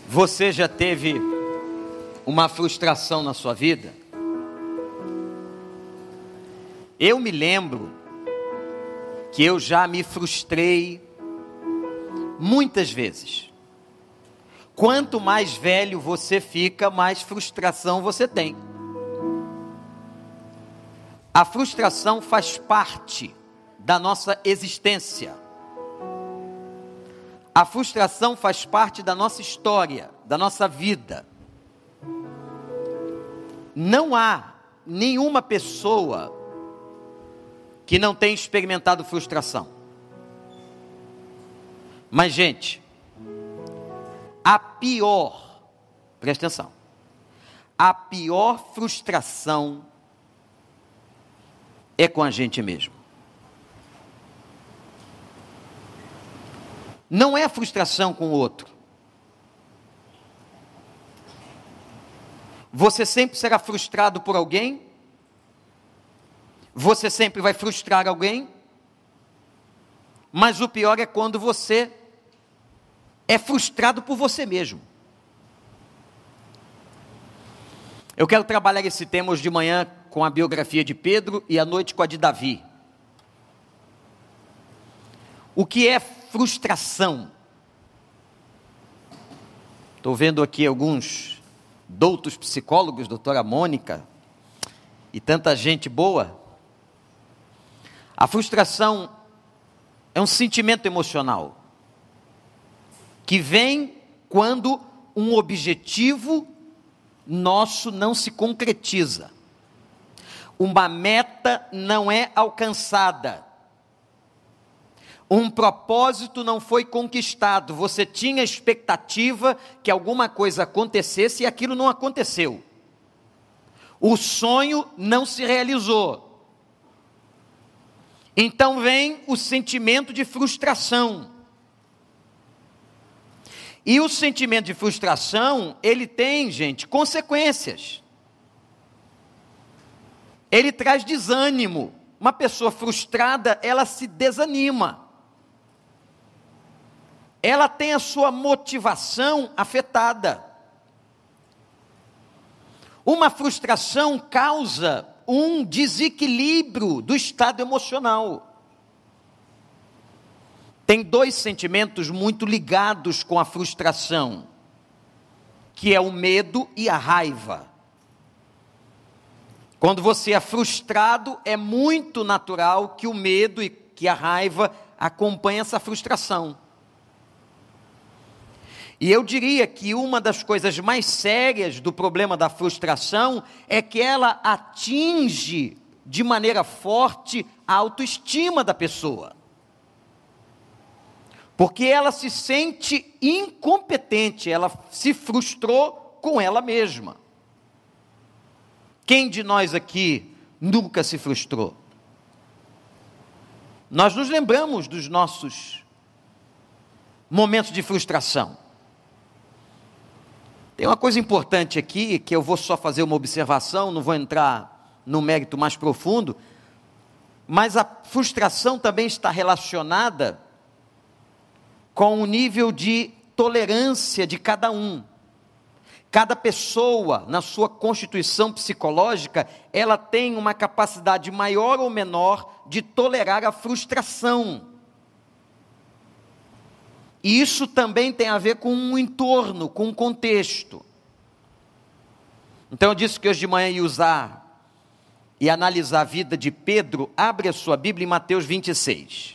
Você já teve uma frustração na sua vida? Eu me lembro que eu já me frustrei muitas vezes. Quanto mais velho você fica, mais frustração você tem. A frustração faz parte da nossa existência. A frustração faz parte da nossa história, da nossa vida. Não há nenhuma pessoa que não tenha experimentado frustração. Mas, gente, presta atenção, a pior frustração é com a gente mesmo. Não é a frustração com o outro. Você sempre será frustrado por alguém? Você sempre vai frustrar alguém? Mas o pior é quando você é frustrado por você mesmo. Eu quero trabalhar esse tema hoje de manhã com a biografia de Pedro e à noite com a de Davi. O que é frustração? Estou vendo aqui alguns doutos psicólogos, doutora Mônica, e tanta gente boa. A frustração é um sentimento emocional que vem quando um objetivo nosso não se concretiza. Uma meta não é alcançada. Um propósito não foi conquistado. Você tinha expectativa que alguma coisa acontecesse e aquilo não aconteceu. O sonho não se realizou. Então vem o sentimento de frustração. E o sentimento de frustração, ele tem, gente, consequências. Ele traz desânimo. Uma pessoa frustrada, ela se desanima. Ela tem a sua motivação afetada. Uma frustração causa um desequilíbrio do estado emocional. Tem dois sentimentos muito ligados com a frustração, que é o medo e a raiva. Quando você é frustrado, é muito natural que o medo e que a raiva acompanhem essa frustração. E eu diria que uma das coisas mais sérias do problema da frustração é que ela atinge de maneira forte a autoestima da pessoa. Porque ela se sente incompetente, ela se frustrou com ela mesma. Quem de nós aqui nunca se frustrou? Nós nos lembramos dos nossos momentos de frustração. Tem uma coisa importante aqui, que eu vou só fazer uma observação, não vou entrar no mérito mais profundo, mas a frustração também está relacionada com o nível de tolerância de cada um. Cada pessoa, na sua constituição psicológica, ela tem uma capacidade maior ou menor de tolerar a frustração. E isso também tem a ver com um entorno, com um contexto. Então eu disse que hoje de manhã ia usar e analisar a vida de Pedro. Abre a sua Bíblia em Mateus 26.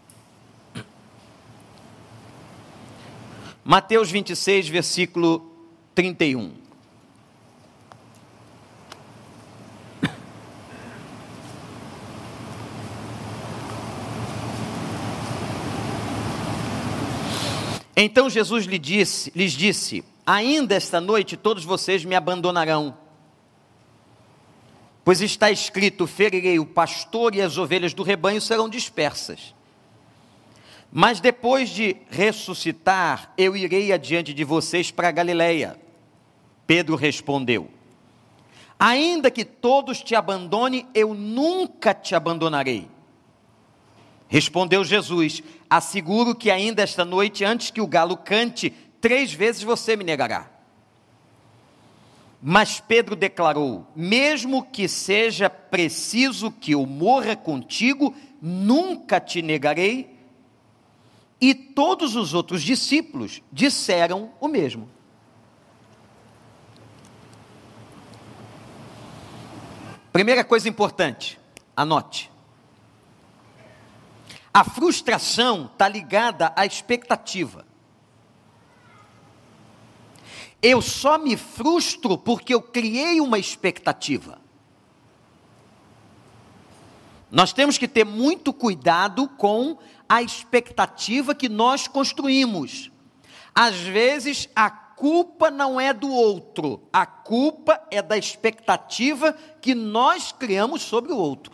Mateus 26, versículo 31. Então Jesus lhes disse: ainda esta noite todos vocês me abandonarão. Pois está escrito: ferirei o pastor e as ovelhas do rebanho serão dispersas. Mas depois de ressuscitar, eu irei adiante de vocês para a Galileia. Pedro respondeu: ainda que todos te abandonem, eu nunca te abandonarei. Respondeu Jesus: asseguro que ainda esta noite, antes que o galo cante, 3 vezes você me negará. Mas Pedro declarou: mesmo que seja preciso que eu morra contigo, nunca te negarei. E todos os outros discípulos disseram o mesmo. Primeira coisa importante, anote. A frustração está ligada à expectativa. Eu só me frustro porque eu criei uma expectativa. Nós temos que ter muito cuidado com a expectativa que nós construímos. Às vezes, a culpa não é do outro, a culpa é da expectativa que nós criamos sobre o outro.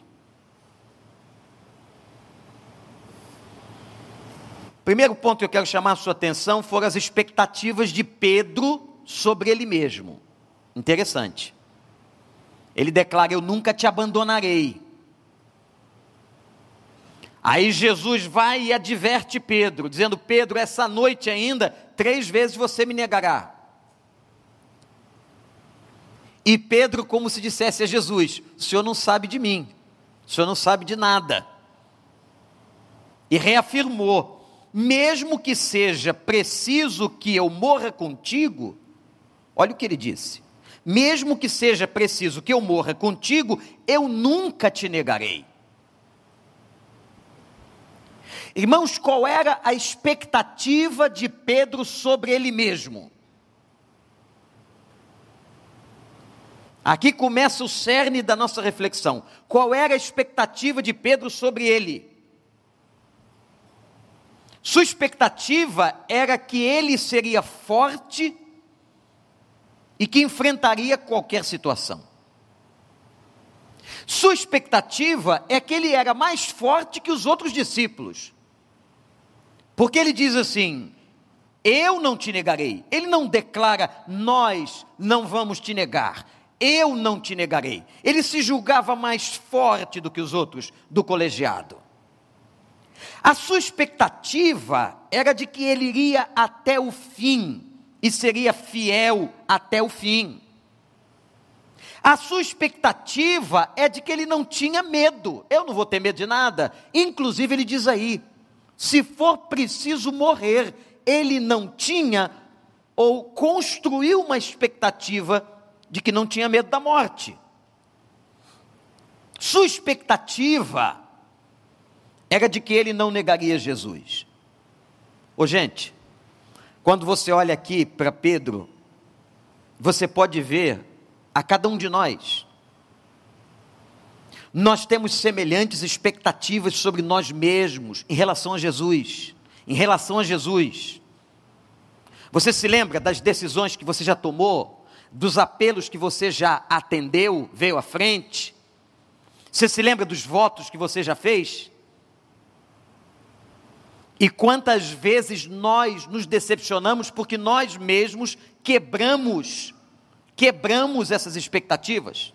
Primeiro ponto que eu quero chamar a sua atenção foram as expectativas de Pedro sobre ele mesmo. Interessante. Ele declara: eu nunca te abandonarei. Aí Jesus vai e adverte Pedro, dizendo: Pedro, essa noite ainda, 3 vezes você me negará. E Pedro, como se dissesse a Jesus: o senhor não sabe de mim, o senhor não sabe de nada. E reafirmou: mesmo que seja preciso que eu morra contigo, olha o que ele disse: mesmo que seja preciso que eu morra contigo, eu nunca te negarei. Irmãos, qual era a expectativa de Pedro sobre ele mesmo? Aqui começa o cerne da nossa reflexão. Qual era a expectativa de Pedro sobre ele? Sua expectativa era que ele seria forte e que enfrentaria qualquer situação. Sua expectativa é que ele era mais forte que os outros discípulos. Porque ele diz assim: eu não te negarei. Ele não declara: nós não vamos te negar. Eu não te negarei. Ele se julgava mais forte do que os outros do colegiado. A sua expectativa era de que ele iria até o fim e seria fiel até o fim. A sua expectativa é de que ele não tinha medo. Eu não vou ter medo de nada. Inclusive ele diz aí: se for preciso morrer. Ele não tinha ou construiu uma expectativa de que não tinha medo da morte. Sua expectativa era de que ele não negaria Jesus. Ô gente, quando você olha aqui para Pedro, você pode ver a cada um de nós. Nós temos semelhantes expectativas sobre nós mesmos em relação a Jesus. Em relação a Jesus. Você se lembra das decisões que você já tomou? Dos apelos que você já atendeu, veio à frente? Você se lembra dos votos que você já fez? E quantas vezes nós nos decepcionamos porque nós mesmos quebramos essas expectativas?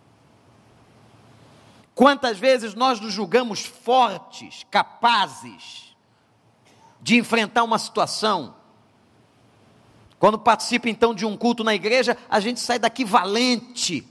Quantas vezes nós nos julgamos fortes, capazes de enfrentar uma situação? Quando participa então de um culto na igreja, a gente sai daqui valente.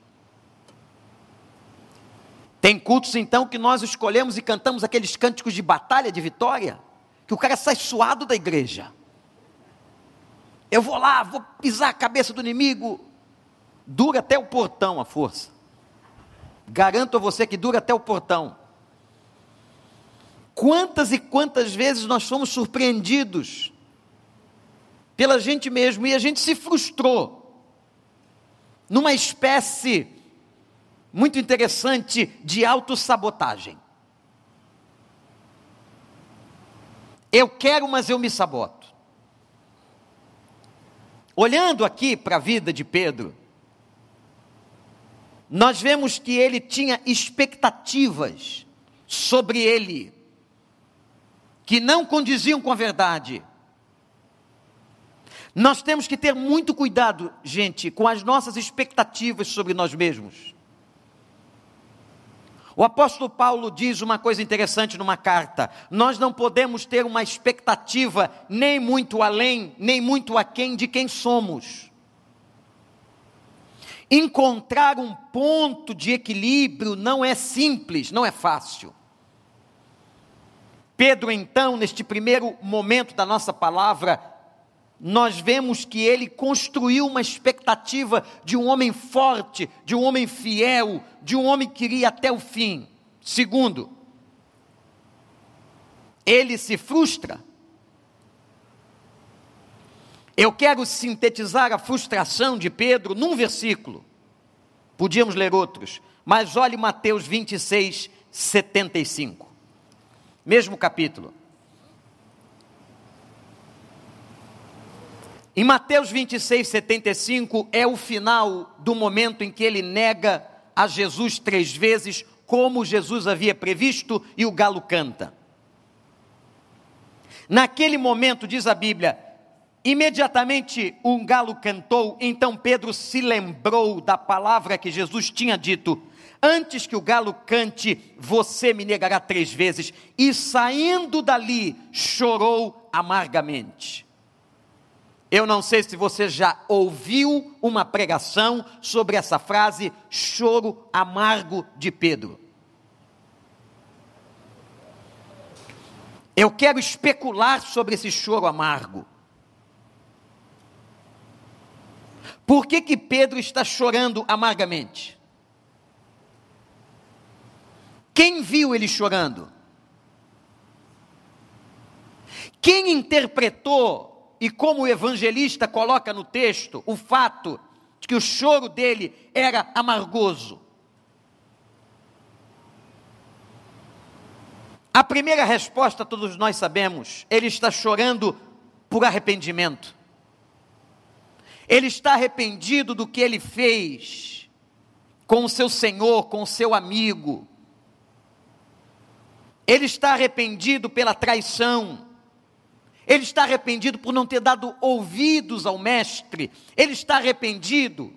Tem cultos então que nós escolhemos e cantamos aqueles cânticos de batalha, de vitória, que o cara sai suado da igreja. Eu vou lá, vou pisar a cabeça do inimigo. Dura até o portão a força. Garanto a você que dura até o portão. Quantas e quantas vezes nós fomos surpreendidos pela gente mesmo e a gente se frustrou numa espécie muito interessante de autossabotagem. Eu quero, mas eu me saboto. Olhando aqui para a vida de Pedro, nós vemos que ele tinha expectativas sobre ele, que não condiziam com a verdade. Nós temos que ter muito cuidado, gente, com as nossas expectativas sobre nós mesmos. O apóstolo Paulo diz uma coisa interessante numa carta: nós não podemos ter uma expectativa nem muito além, nem muito aquém de quem somos. Encontrar um ponto de equilíbrio não é simples, não é fácil. Pedro, então, neste primeiro momento da nossa palavra, nós vemos que ele construiu uma expectativa de um homem forte, de um homem fiel, de um homem que iria até o fim. Segundo, ele se frustra. Eu quero sintetizar a frustração de Pedro num versículo. Podíamos ler outros, mas olhe Mateus 26, 75. Mesmo capítulo. Em Mateus 26, 75, é o final do momento em que ele nega a Jesus 3 vezes, como Jesus havia previsto, e o galo canta. Naquele momento, diz a Bíblia, imediatamente um galo cantou, então Pedro se lembrou da palavra que Jesus tinha dito: antes que o galo cante, você me negará 3 vezes. E saindo dali, chorou amargamente. Eu não sei se você já ouviu uma pregação sobre essa frase, choro amargo de Pedro. Eu quero especular sobre esse choro amargo. Por que Pedro está chorando amargamente? Quem viu ele chorando? Quem interpretou, e como o evangelista coloca no texto, o fato de que o choro dele era amargoso? A primeira resposta todos nós sabemos: ele está chorando por arrependimento. Ele está arrependido do que ele fez com o seu Senhor, com o seu amigo. Ele está arrependido pela traição. Ele está arrependido por não ter dado ouvidos ao mestre. Ele está arrependido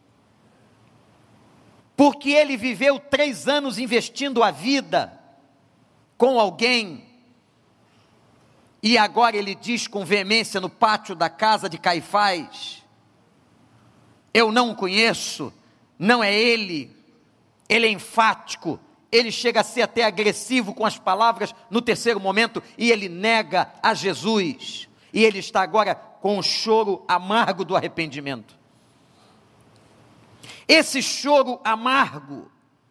porque ele viveu 3 anos investindo a vida com alguém, e agora ele diz com veemência no pátio da casa de Caifás: eu não o conheço, não é ele. Ele é enfático, ele chega a ser até agressivo com as palavras no terceiro momento, e ele nega a Jesus, e ele está agora com o choro amargo do arrependimento. Esse choro amargo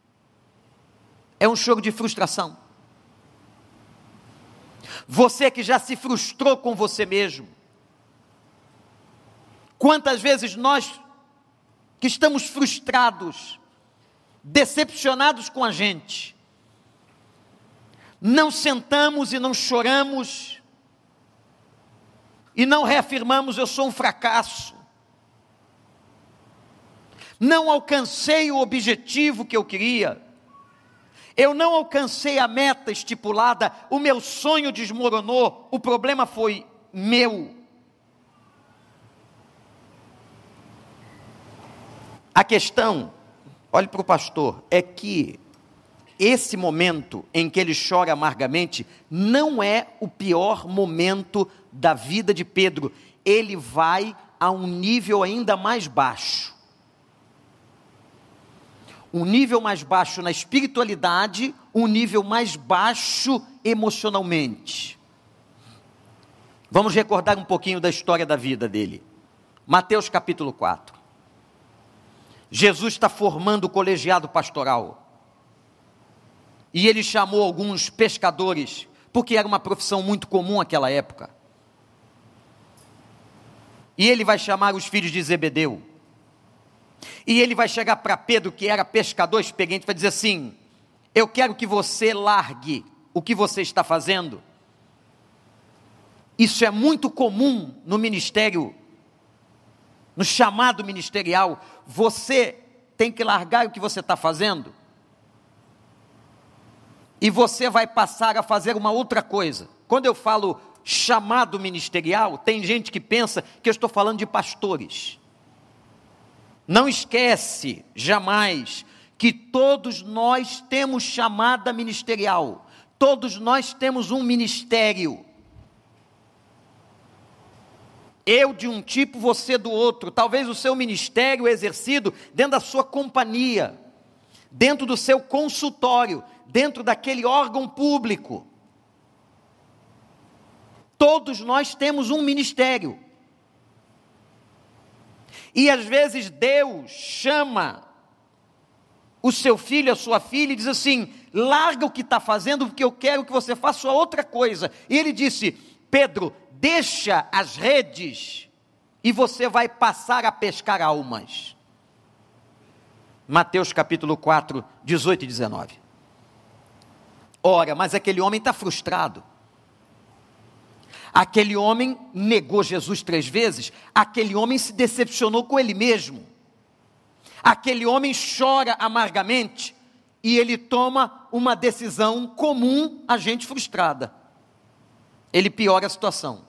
é um choro de frustração. Você que já se frustrou com você mesmo, quantas vezes nós que estamos frustrados, decepcionados com a gente, não sentamos e não choramos, e não reafirmamos: eu sou um fracasso, não alcancei o objetivo que eu queria, eu não alcancei a meta estipulada, o meu sonho desmoronou, o problema foi meu. A questão, olhe para o pastor, é que esse momento em que ele chora amargamente não é o pior momento da vida de Pedro. Ele vai a um nível ainda mais baixo. Um nível mais baixo na espiritualidade, um nível mais baixo emocionalmente. Vamos recordar um pouquinho da história da vida dele. Mateus capítulo 4. Jesus está formando o colegiado pastoral. E ele chamou alguns pescadores, porque era uma profissão muito comum naquela época. E ele vai chamar os filhos de Zebedeu. E ele vai chegar para Pedro, que era pescador experiente, vai dizer assim: eu quero que você largue o que você está fazendo. Isso é muito comum no ministério, no chamado ministerial. Você tem que largar o que você está fazendo, e você vai passar a fazer uma outra coisa. Quando eu falo chamado ministerial, tem gente que pensa que eu estou falando de pastores. Não esquece jamais que todos nós temos chamada ministerial, todos nós temos um ministério. Eu de um tipo, você do outro. Talvez o seu ministério é exercido dentro da sua companhia, dentro do seu consultório, dentro daquele órgão público. Todos nós temos um ministério. E às vezes Deus chama o seu filho, a sua filha, e diz assim: larga o que está fazendo, porque eu quero que você faça outra coisa. E ele disse: Pedro, deixa as redes e você vai passar a pescar almas. Mateus capítulo 4, 18 e 19. Ora, mas aquele homem está frustrado. Aquele homem negou Jesus 3 vezes. Aquele homem se decepcionou com ele mesmo. Aquele homem chora amargamente e ele toma uma decisão comum a gente frustrada. Ele piora a situação.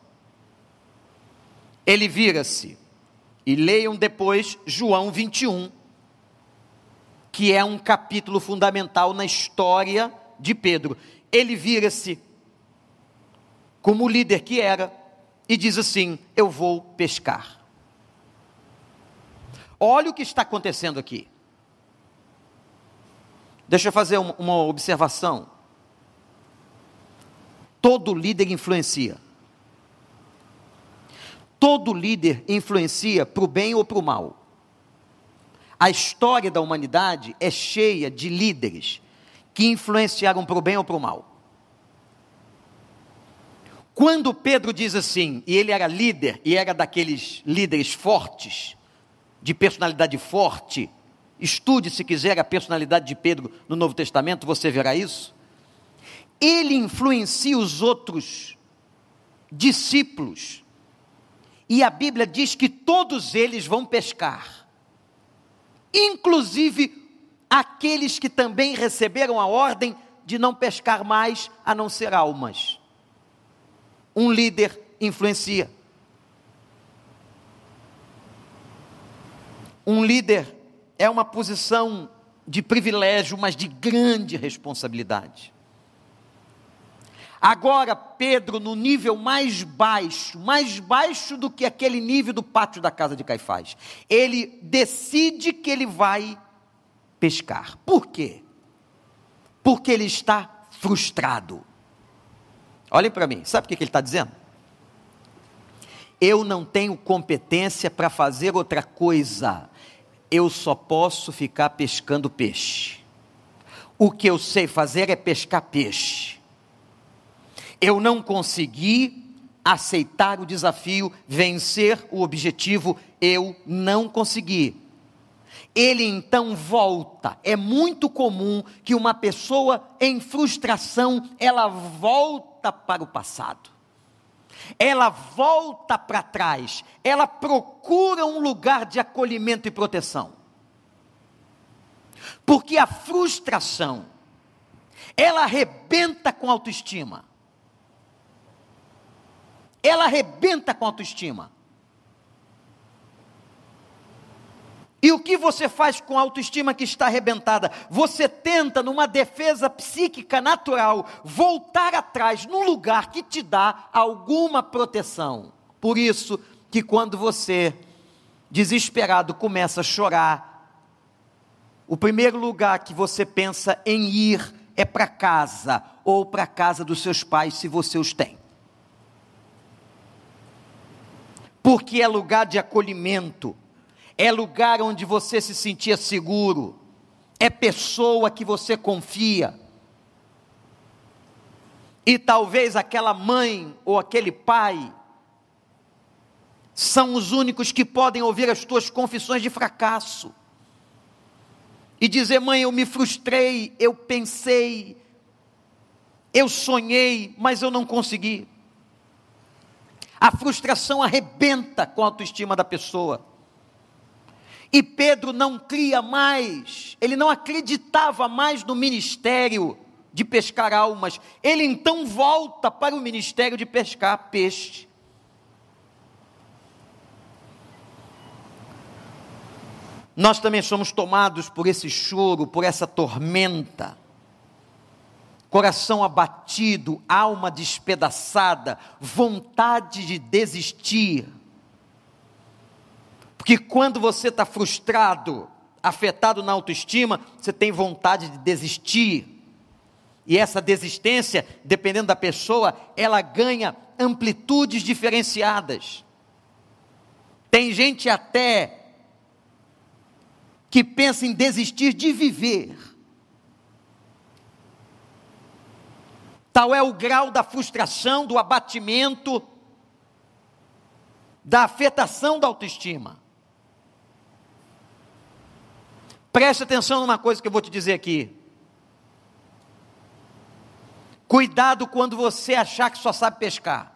Ele vira-se, e leiam depois João 21, que é um capítulo fundamental na história de Pedro. Ele vira-se, como líder que era, e diz assim: eu vou pescar. Olha o que está acontecendo aqui. Deixa eu fazer uma observação. Todo líder influencia. Todo líder influencia para o bem ou para o mal. A história da humanidade é cheia de líderes que influenciaram para o bem ou para o mal. Quando Pedro diz assim, e ele era líder, e era daqueles líderes fortes, de personalidade forte, estude se quiser a personalidade de Pedro no Novo Testamento, você verá isso. Ele influencia os outros discípulos, e a Bíblia diz que todos eles vão pescar, inclusive aqueles que também receberam a ordem de não pescar mais, a não ser almas. Um líder influencia. Um líder é uma posição de privilégio, mas de grande responsabilidade. Agora, Pedro, no nível mais baixo do que aquele nível do pátio da casa de Caifás, ele decide que ele vai pescar. Por quê? Porque ele está frustrado. Olhem para mim, sabe o que ele está dizendo? Eu não tenho competência para fazer outra coisa, eu só posso ficar pescando peixe. O que eu sei fazer é pescar peixe. Eu não consegui aceitar o desafio, vencer o objetivo, eu não consegui. Ele então volta. É muito comum que uma pessoa em frustração, ela volta para o passado. Ela volta para trás. Ela procura um lugar de acolhimento e proteção. Porque a frustração, ela arrebenta com a autoestima. Ela arrebenta com a autoestima. E o que você faz com a autoestima que está arrebentada? Você tenta, numa defesa psíquica natural, voltar atrás, num lugar que te dá alguma proteção. Por isso que quando você, desesperado, começa a chorar, o primeiro lugar que você pensa em ir é para casa, ou para a casa dos seus pais, se você os tem. Porque é lugar de acolhimento. É lugar onde você se sentia seguro, é pessoa que você confia, e talvez aquela mãe ou aquele pai, são os únicos que podem ouvir as tuas confissões de fracasso, e dizer: mãe, eu me frustrei, eu pensei, eu sonhei, mas eu não consegui. A frustração arrebenta com a autoestima da pessoa. E Pedro não cria mais, ele não acreditava mais no ministério de pescar almas. Ele então volta para o ministério de pescar peixe. nós também somos tomados por esse choro, por essa tormenta, coração abatido, alma despedaçada, vontade de desistir. Porque quando você está frustrado, afetado na autoestima, você tem vontade de desistir. E essa desistência, dependendo da pessoa, ela ganha amplitudes diferenciadas. Tem gente até que pensa em desistir de viver. Tal é o grau da frustração, do abatimento, da afetação da autoestima. Preste atenção numa coisa que eu vou te dizer aqui. Cuidado quando você achar que só sabe pescar.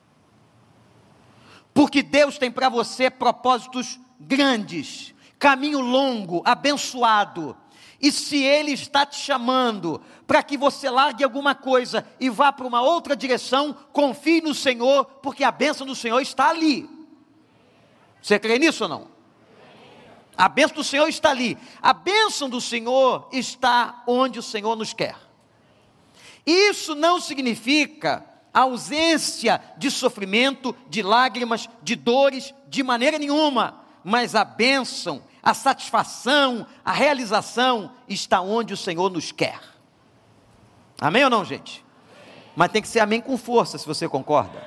Porque Deus tem para você propósitos grandes, caminho longo, abençoado. E se Ele está te chamando para que você largue alguma coisa e vá para uma outra direção, confie no Senhor, porque a bênção do Senhor está ali. Você crê nisso ou não? A bênção do Senhor está ali. A bênção do Senhor está onde o Senhor nos quer. Isso não significa ausência de sofrimento, de lágrimas, de dores, de maneira nenhuma. Mas a bênção, a satisfação, a realização está onde o Senhor nos quer. Amém ou não, gente? Mas tem que ser amém com força, se você concorda.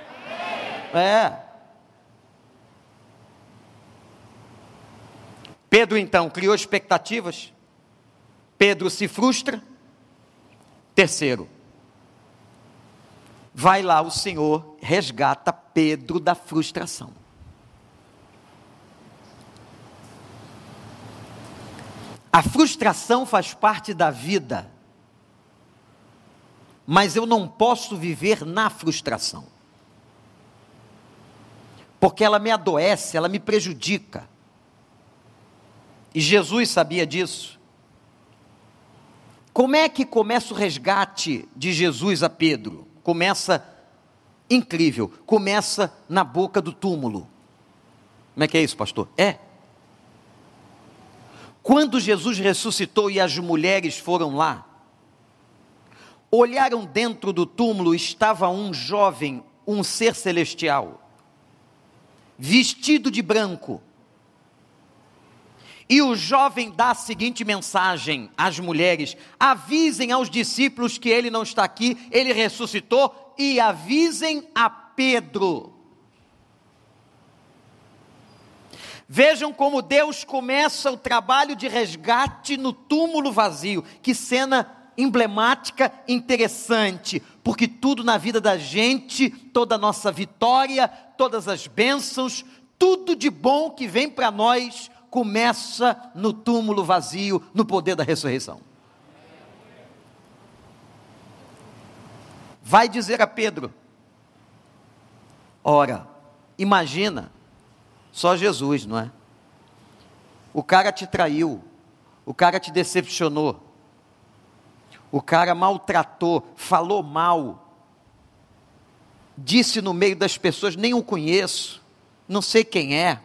Pedro então criou expectativas. Pedro se frustra. Terceiro, vai lá o Senhor, resgata Pedro da frustração. A frustração faz parte da vida, mas eu não posso viver na frustração, porque ela me adoece, ela me prejudica, e Jesus sabia disso. Como é que começa o resgate de Jesus a Pedro? Começa incrível, começa na boca do túmulo. Como é que é isso, pastor? Quando Jesus ressuscitou e as mulheres foram lá, olharam dentro do túmulo, estava um jovem, um ser celestial, vestido de branco. E o jovem dá a seguinte mensagem às mulheres: avisem aos discípulos que ele não está aqui, ele ressuscitou, e avisem a Pedro. Vejam como Deus começa o trabalho de resgate no túmulo vazio. Que cena emblemática, interessante, porque tudo na vida da gente, toda a nossa vitória, todas as bênçãos, tudo de bom que vem para nós, começa no túmulo vazio, no poder da ressurreição. Vai dizer a Pedro: ora, imagina, só Jesus, não é? O cara te traiu, o cara te decepcionou, o cara maltratou, falou mal, disse no meio das pessoas: nem o conheço, não sei quem é.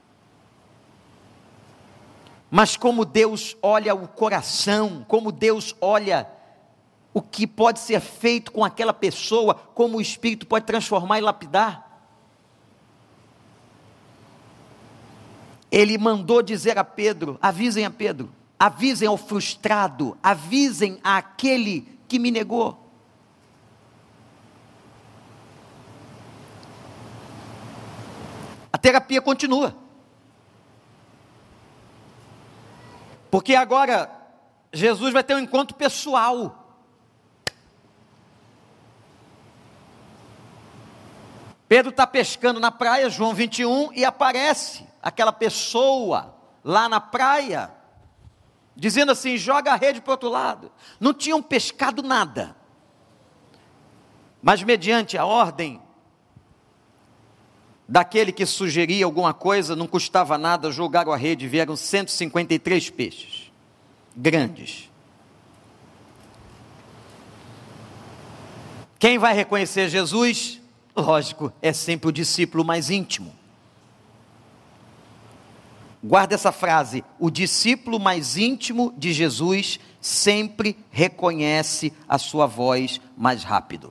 Mas como Deus olha o coração, como Deus olha o que pode ser feito com aquela pessoa, como o Espírito pode transformar e lapidar. Ele mandou dizer a Pedro: avisem a Pedro, avisem ao frustrado, avisem àquele que me negou. A terapia continua. Porque agora Jesus vai ter um encontro pessoal. Pedro está pescando na praia, João 21, e aparece aquela pessoa lá na praia, dizendo assim: joga a rede para o outro lado. Não tinham pescado nada, mas mediante a ordem daquele que sugeria alguma coisa, não custava nada, jogaram a rede, vieram 153 peixes, grandes. Quem vai reconhecer Jesus? Lógico, é sempre o discípulo mais íntimo. Guarda essa frase: o discípulo mais íntimo de Jesus sempre reconhece a sua voz mais rápido.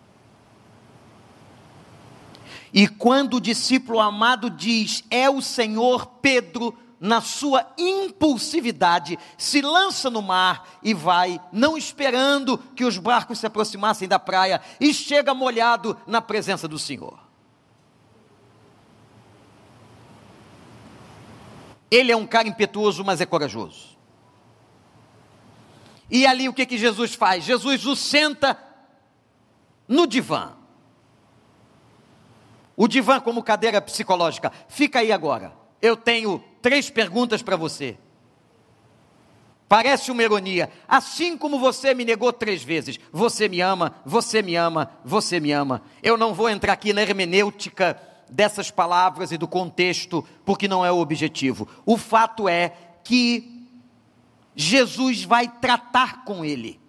E quando o discípulo amado diz, é o Senhor, Pedro, na sua impulsividade, se lança no mar e vai, não esperando que os barcos se aproximassem da praia, e chega molhado na presença do Senhor. Ele é um cara impetuoso, mas é corajoso. E ali o que Jesus faz? Jesus o senta no divã. O divã como cadeira psicológica. Fica aí agora. Eu tenho 3 perguntas para você. Parece uma ironia. Assim como você me negou 3 vezes. Você me ama, você me ama, você me ama. Eu não vou entrar aqui na hermenêutica dessas palavras e do contexto, porque não é o objetivo. O fato é que Jesus vai tratar com ele.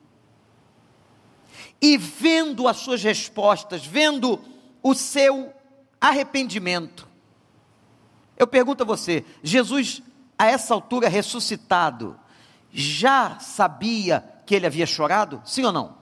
E vendo as suas respostas, vendo o seu arrependimento, eu pergunto a você, Jesus, a essa altura ressuscitado, já sabia que ele havia chorado? Sim ou não?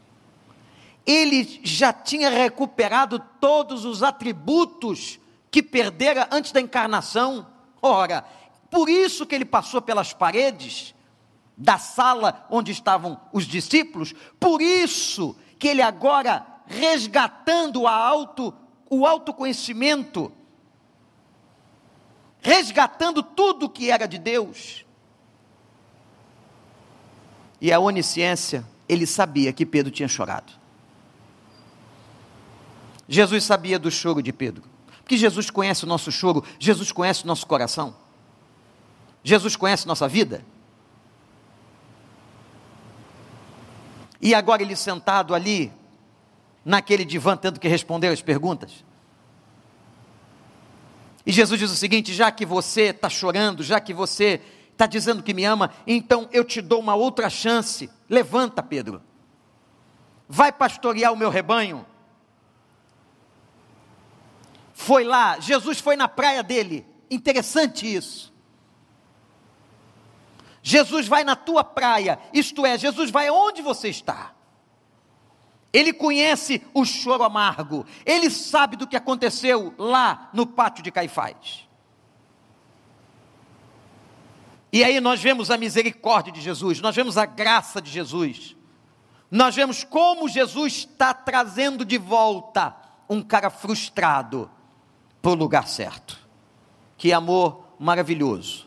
Ele já tinha recuperado todos os atributos que perdera antes da encarnação? Ora, por isso que ele passou pelas paredes da sala onde estavam os discípulos, por isso que ele agora, resgatando o autoconhecimento, resgatando tudo que era de Deus, e a onisciência, ele sabia que Pedro tinha chorado. Jesus sabia do choro de Pedro, porque Jesus conhece o nosso choro, Jesus conhece o nosso coração, Jesus conhece nossa vida. E agora ele sentado ali, naquele divã, tendo que responder as perguntas. E Jesus diz o seguinte: já que você está chorando, já que você está dizendo que me ama, então eu te dou uma outra chance. Levanta, Pedro. Vai pastorear o meu rebanho. Foi lá, Jesus foi na praia dele. Interessante isso. Jesus vai na tua praia, isto é, Jesus vai onde você está. Ele conhece o choro amargo, ele sabe do que aconteceu lá no pátio de Caifás. E aí nós vemos a misericórdia de Jesus, nós vemos a graça de Jesus, nós vemos como Jesus está trazendo de volta um cara frustrado para o lugar certo. Que amor maravilhoso.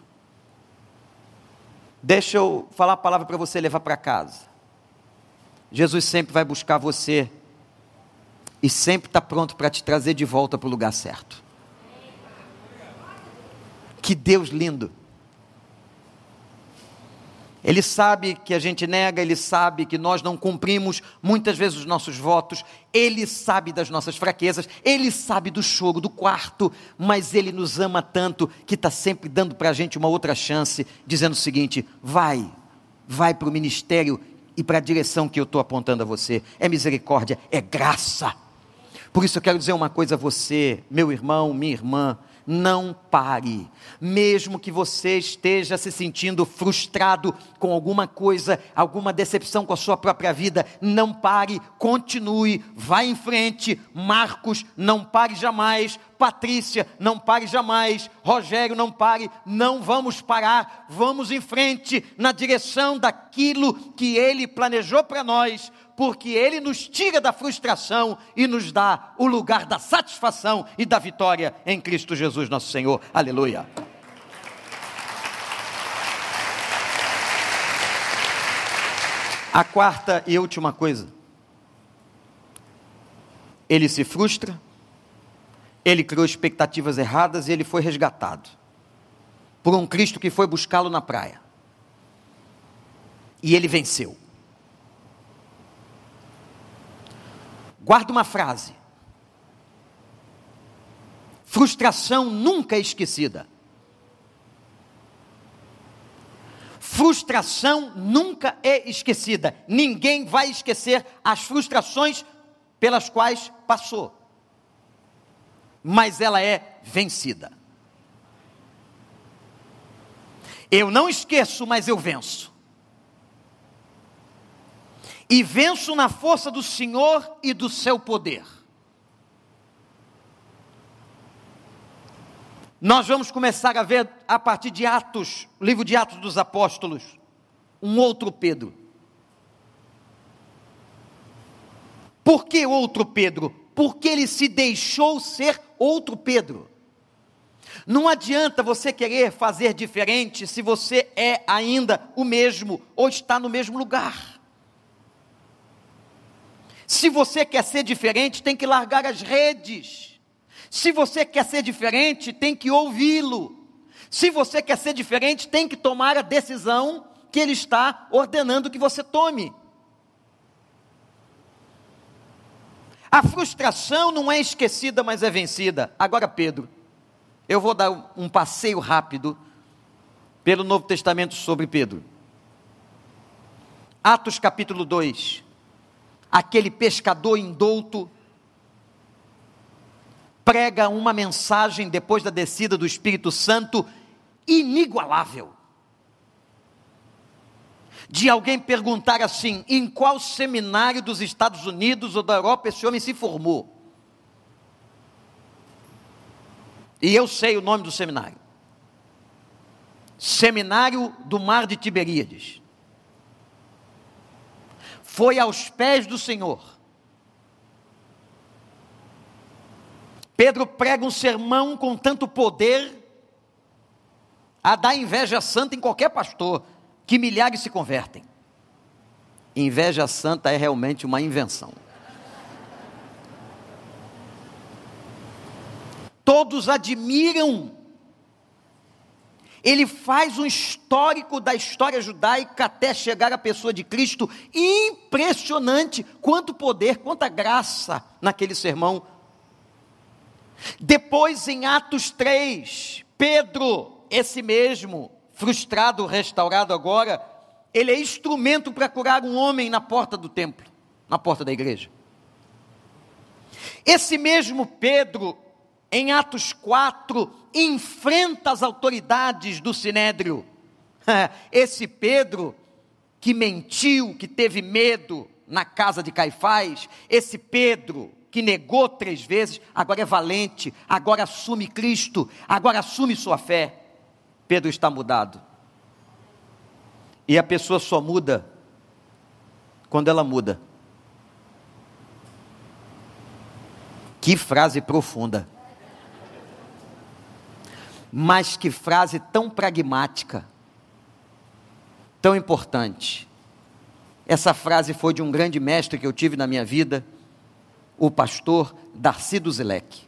Deixa eu falar a palavra para você levar para casa. Jesus sempre vai buscar você e sempre está pronto para te trazer de volta para o lugar certo. Que Deus lindo. Ele sabe que a gente nega, Ele sabe que nós não cumprimos muitas vezes os nossos votos, Ele sabe das nossas fraquezas, Ele sabe do choro, do quarto, mas Ele nos ama tanto que está sempre dando para a gente uma outra chance, dizendo o seguinte: vai para o ministério e para a direção que eu estou apontando a você. É misericórdia, é graça. Por isso eu quero dizer uma coisa a você, meu irmão, minha irmã: não pare, mesmo que você esteja se sentindo frustrado com alguma coisa, alguma decepção com a sua própria vida, não pare, continue, vá em frente. Marcos, não pare jamais. Patrícia, não pare jamais. Rogério, não pare. Não vamos parar, vamos em frente, na direção daquilo que Ele planejou para nós, porque Ele nos tira da frustração e nos dá o lugar da satisfação e da vitória em Cristo Jesus nosso Senhor. Aleluia. A quarta e última coisa: ele se frustra, ele criou expectativas erradas e ele foi resgatado por um Cristo que foi buscá-lo na praia, e ele venceu. Guarda uma frase: frustração nunca é esquecida. Frustração nunca é esquecida. Ninguém vai esquecer as frustrações pelas quais passou, mas ela é vencida. Eu não esqueço, mas eu venço. E venço na força do Senhor e do seu poder. Nós vamos começar a ver, a partir de Atos, livro de Atos dos Apóstolos, um outro Pedro. Por que outro Pedro? Porque ele se deixou ser outro Pedro. Não adianta você querer fazer diferente se você é ainda o mesmo ou está no mesmo lugar. Se você quer ser diferente, tem que largar as redes. Se você quer ser diferente, tem que ouvi-lo. Se você quer ser diferente, tem que tomar a decisão que ele está ordenando que você tome. A frustração não é esquecida, mas é vencida. Agora, Pedro, eu vou dar um passeio rápido pelo Novo Testamento sobre Pedro. Atos capítulo 2. Aquele pescador indouto prega uma mensagem depois da descida do Espírito Santo inigualável. De alguém perguntar assim: em qual seminário dos Estados Unidos ou da Europa esse homem se formou? E eu sei o nome do seminário. Seminário do Mar de Tiberíades. Foi aos pés do Senhor. Pedro prega um sermão com tanto poder, a dar inveja santa em qualquer pastor, que milhares se convertem. Inveja santa é realmente uma invenção. Todos admiram. Ele faz um histórico da história judaica até chegar à pessoa de Cristo. Impressionante quanto poder, quanta graça naquele sermão. Depois, em Atos 3, Pedro, esse mesmo, frustrado, restaurado agora, ele é instrumento para curar um homem na porta do templo, na porta da igreja. Esse mesmo Pedro, em Atos 4, enfrenta as autoridades do Sinédrio. Esse Pedro, que mentiu, que teve medo na casa de Caifás, esse Pedro, que negou 3 vezes, agora é valente, agora assume Cristo, agora assume sua fé. Pedro está mudado. E a pessoa só muda quando ela muda. Que frase profunda. Mas que frase tão pragmática, tão importante. Essa frase foi de um grande mestre que eu tive na minha vida, o pastor Darcy Duzilek,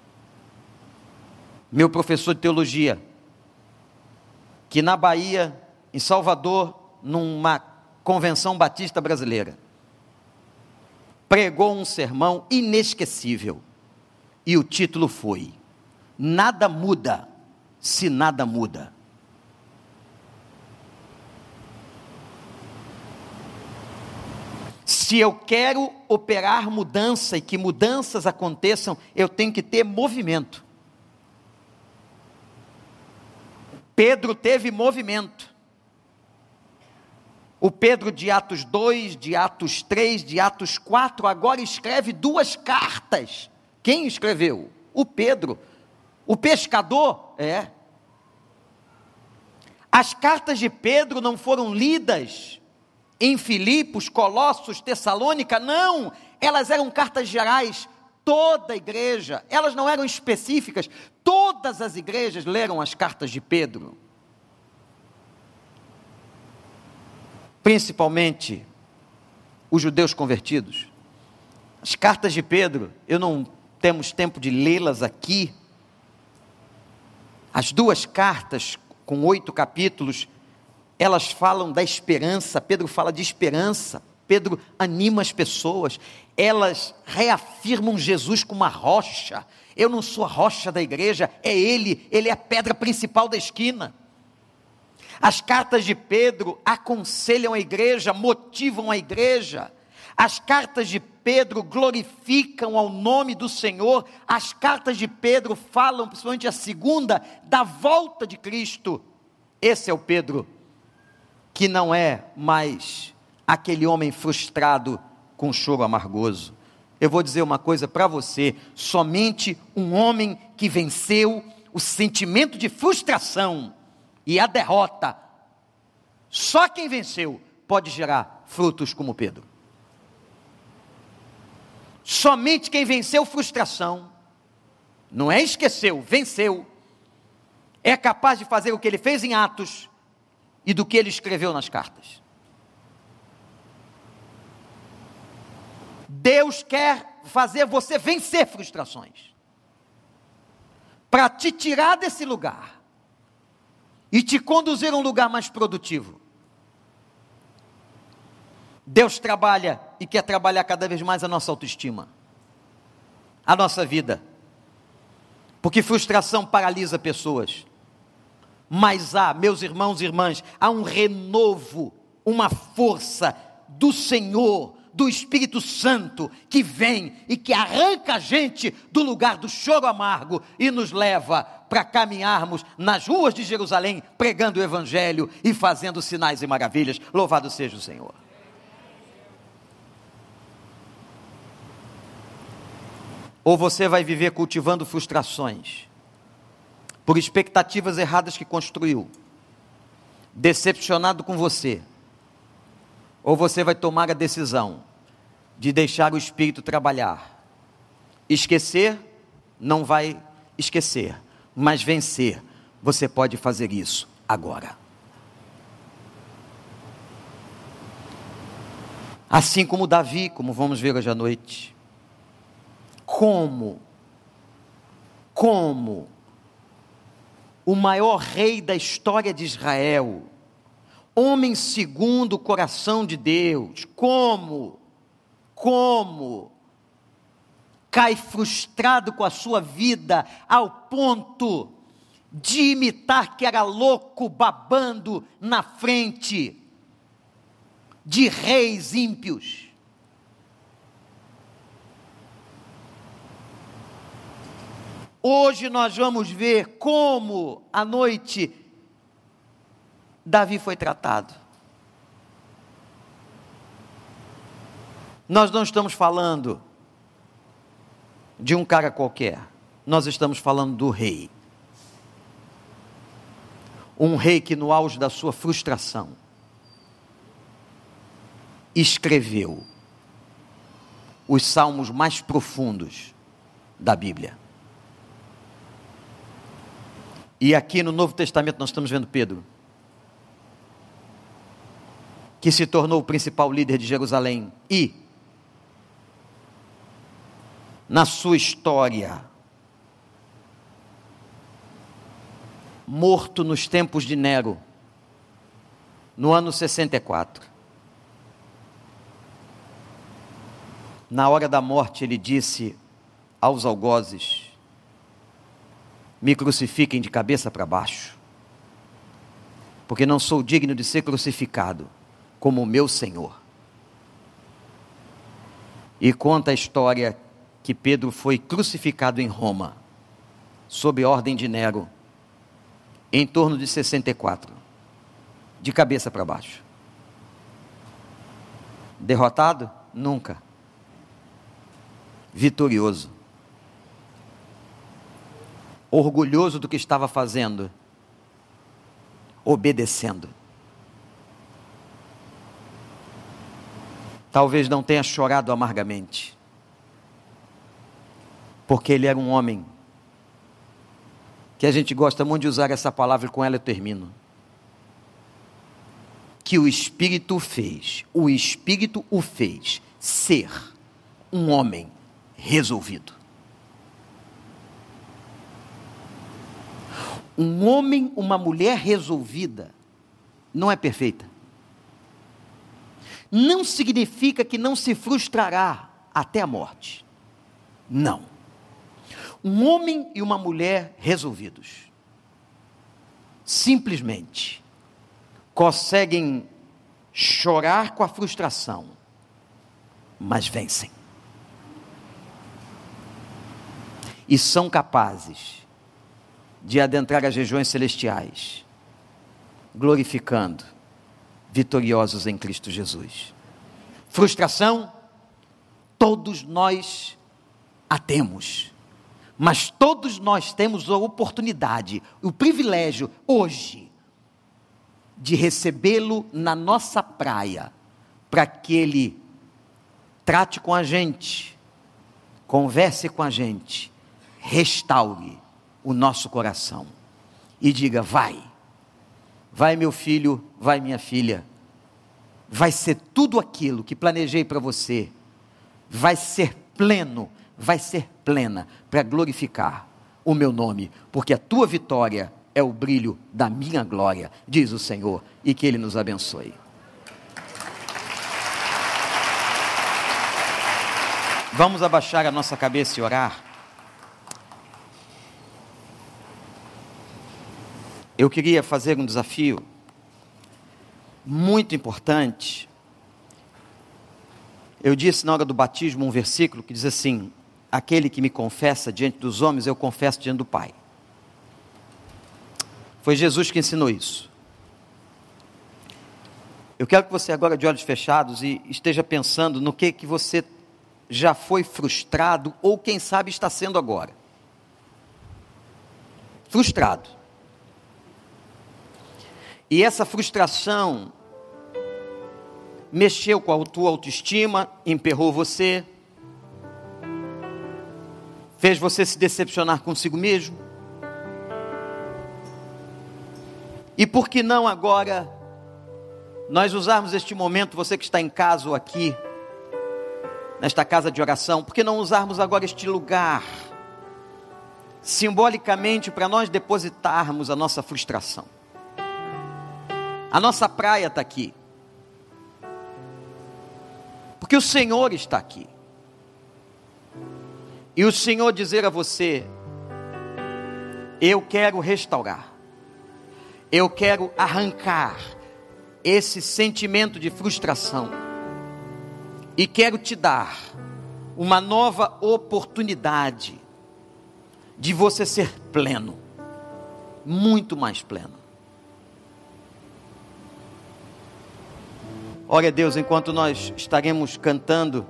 meu professor de teologia, que na Bahia, em Salvador, numa convenção batista brasileira, pregou um sermão inesquecível, e o título foi: Nada muda se nada muda. Se eu quero operar mudança e que mudanças aconteçam, eu tenho que ter movimento. Pedro teve movimento. O Pedro de Atos 2, de Atos 3, de Atos 4, agora escreve 2 cartas. Quem escreveu? O Pedro. O pescador? É. As cartas de Pedro não foram lidas em Filipos, Colossos, Tessalônica, não. Elas eram cartas gerais, toda a igreja. Elas não eram específicas. Todas as igrejas leram as cartas de Pedro. Principalmente os judeus convertidos. As cartas de Pedro, não temos tempo de lê-las aqui. As 2 cartas, com 8 capítulos, elas falam da esperança. Pedro fala de esperança. Pedro anima as pessoas. Elas reafirmam Jesus como a rocha. Eu não sou a rocha da igreja, é Ele é a pedra principal da esquina. As cartas de Pedro aconselham a igreja, motivam a igreja. As cartas de Pedro glorificam ao nome do Senhor. As cartas de Pedro falam, principalmente a segunda, da volta de Cristo. Esse é o Pedro que não é mais aquele homem frustrado com choro amargoso. Eu vou dizer uma coisa para você: somente um homem que venceu o sentimento de frustração e a derrota, só quem venceu pode gerar frutos como Pedro. Somente quem venceu frustração, não é esqueceu, venceu, é capaz de fazer o que ele fez em Atos e do que ele escreveu nas cartas. Deus quer fazer você vencer frustrações, para te tirar desse lugar e te conduzir a um lugar mais produtivo. Deus trabalha e quer trabalhar cada vez mais a nossa autoestima, a nossa vida, porque frustração paralisa pessoas, mas há, meus irmãos e irmãs, há um renovo, uma força do Senhor, do Espírito Santo, que vem e que arranca a gente do lugar do choro amargo e nos leva para caminharmos nas ruas de Jerusalém, pregando o Evangelho e fazendo sinais e maravilhas. Louvado seja o Senhor. Ou você vai viver cultivando frustrações, por expectativas erradas que construiu, decepcionado com você, ou você vai tomar a decisão de deixar o Espírito trabalhar. Esquecer, não vai esquecer, mas vencer, você pode fazer isso agora. Assim como Davi, como vamos ver hoje à noite. Como o maior rei da história de Israel, homem segundo o coração de Deus, como cai frustrado com a sua vida, ao ponto de imitar que era louco, babando na frente de reis ímpios. Hoje nós vamos ver como, à noite, Davi foi tratado. Nós não estamos falando de um cara qualquer, nós estamos falando do rei. Um rei que no auge da sua frustração, escreveu os salmos mais profundos da Bíblia. E aqui no Novo Testamento nós estamos vendo Pedro, que se tornou o principal líder de Jerusalém e, na sua história, morto nos tempos de Nero, no ano 64. Na hora da morte ele disse aos algozes: me crucifiquem de cabeça para baixo, porque não sou digno de ser crucificado como o meu Senhor. E conta a história que Pedro foi crucificado em Roma, sob ordem de Nero, em torno de 64, de cabeça para baixo. Derrotado? Nunca. Vitorioso. Orgulhoso do que estava fazendo, obedecendo. Talvez não tenha chorado amargamente, porque ele era um homem, que a gente gosta muito de usar essa palavra e com ela eu termino, que o Espírito o fez ser um homem resolvido. Um homem, uma mulher resolvida, não é perfeita. Não significa que não se frustrará até a morte. Não. Um homem e uma mulher resolvidos, simplesmente, conseguem chorar com a frustração, mas vencem. E são capazes de adentrar as regiões celestiais glorificando, vitoriosos em Cristo Jesus. Frustração, todos nós a temos, mas todos nós temos a oportunidade, o privilégio hoje, de recebê-lo na nossa praia, para que Ele trate com a gente, converse com a gente, restaure o nosso coração e diga: vai meu filho, vai minha filha, vai ser tudo aquilo que planejei para você, vai ser pleno, vai ser plena, para glorificar o meu nome, porque a tua vitória é o brilho da minha glória, diz o Senhor, e que Ele nos abençoe. Vamos abaixar a nossa cabeça e orar. Eu queria fazer um desafio muito importante. Eu disse na hora do batismo um versículo que diz assim: aquele que me confessa diante dos homens, eu confesso diante do Pai. Foi Jesus que ensinou isso. Eu quero que você agora, de olhos fechados, e esteja pensando no que você já foi frustrado, ou quem sabe está sendo agora. Frustrado. E essa frustração mexeu com a tua autoestima, emperrou você, fez você se decepcionar consigo mesmo. E por que não agora nós usarmos este momento, você que está em casa ou aqui, nesta casa de oração, por que não usarmos agora este lugar, simbolicamente, para nós depositarmos a nossa frustração? A nossa praia está aqui, porque o Senhor está aqui, e o Senhor dizer a você: eu quero restaurar, eu quero arrancar esse sentimento de frustração, e quero te dar uma nova oportunidade de você ser pleno, muito mais pleno. Ore a Deus enquanto nós estaremos cantando.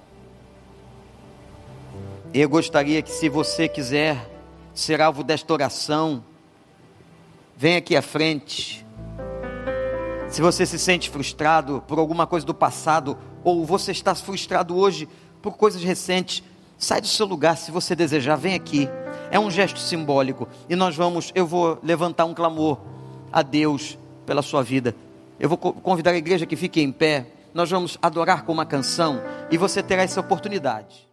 Eu gostaria que, se você quiser ser alvo desta oração, venha aqui à frente. Se você se sente frustrado por alguma coisa do passado, ou você está frustrado hoje por coisas recentes, sai do seu lugar. Se você desejar, vem aqui. É um gesto simbólico, e eu vou levantar um clamor a Deus pela sua vida. Eu vou convidar a igreja que fique em pé. Nós vamos adorar com uma canção, e você terá essa oportunidade.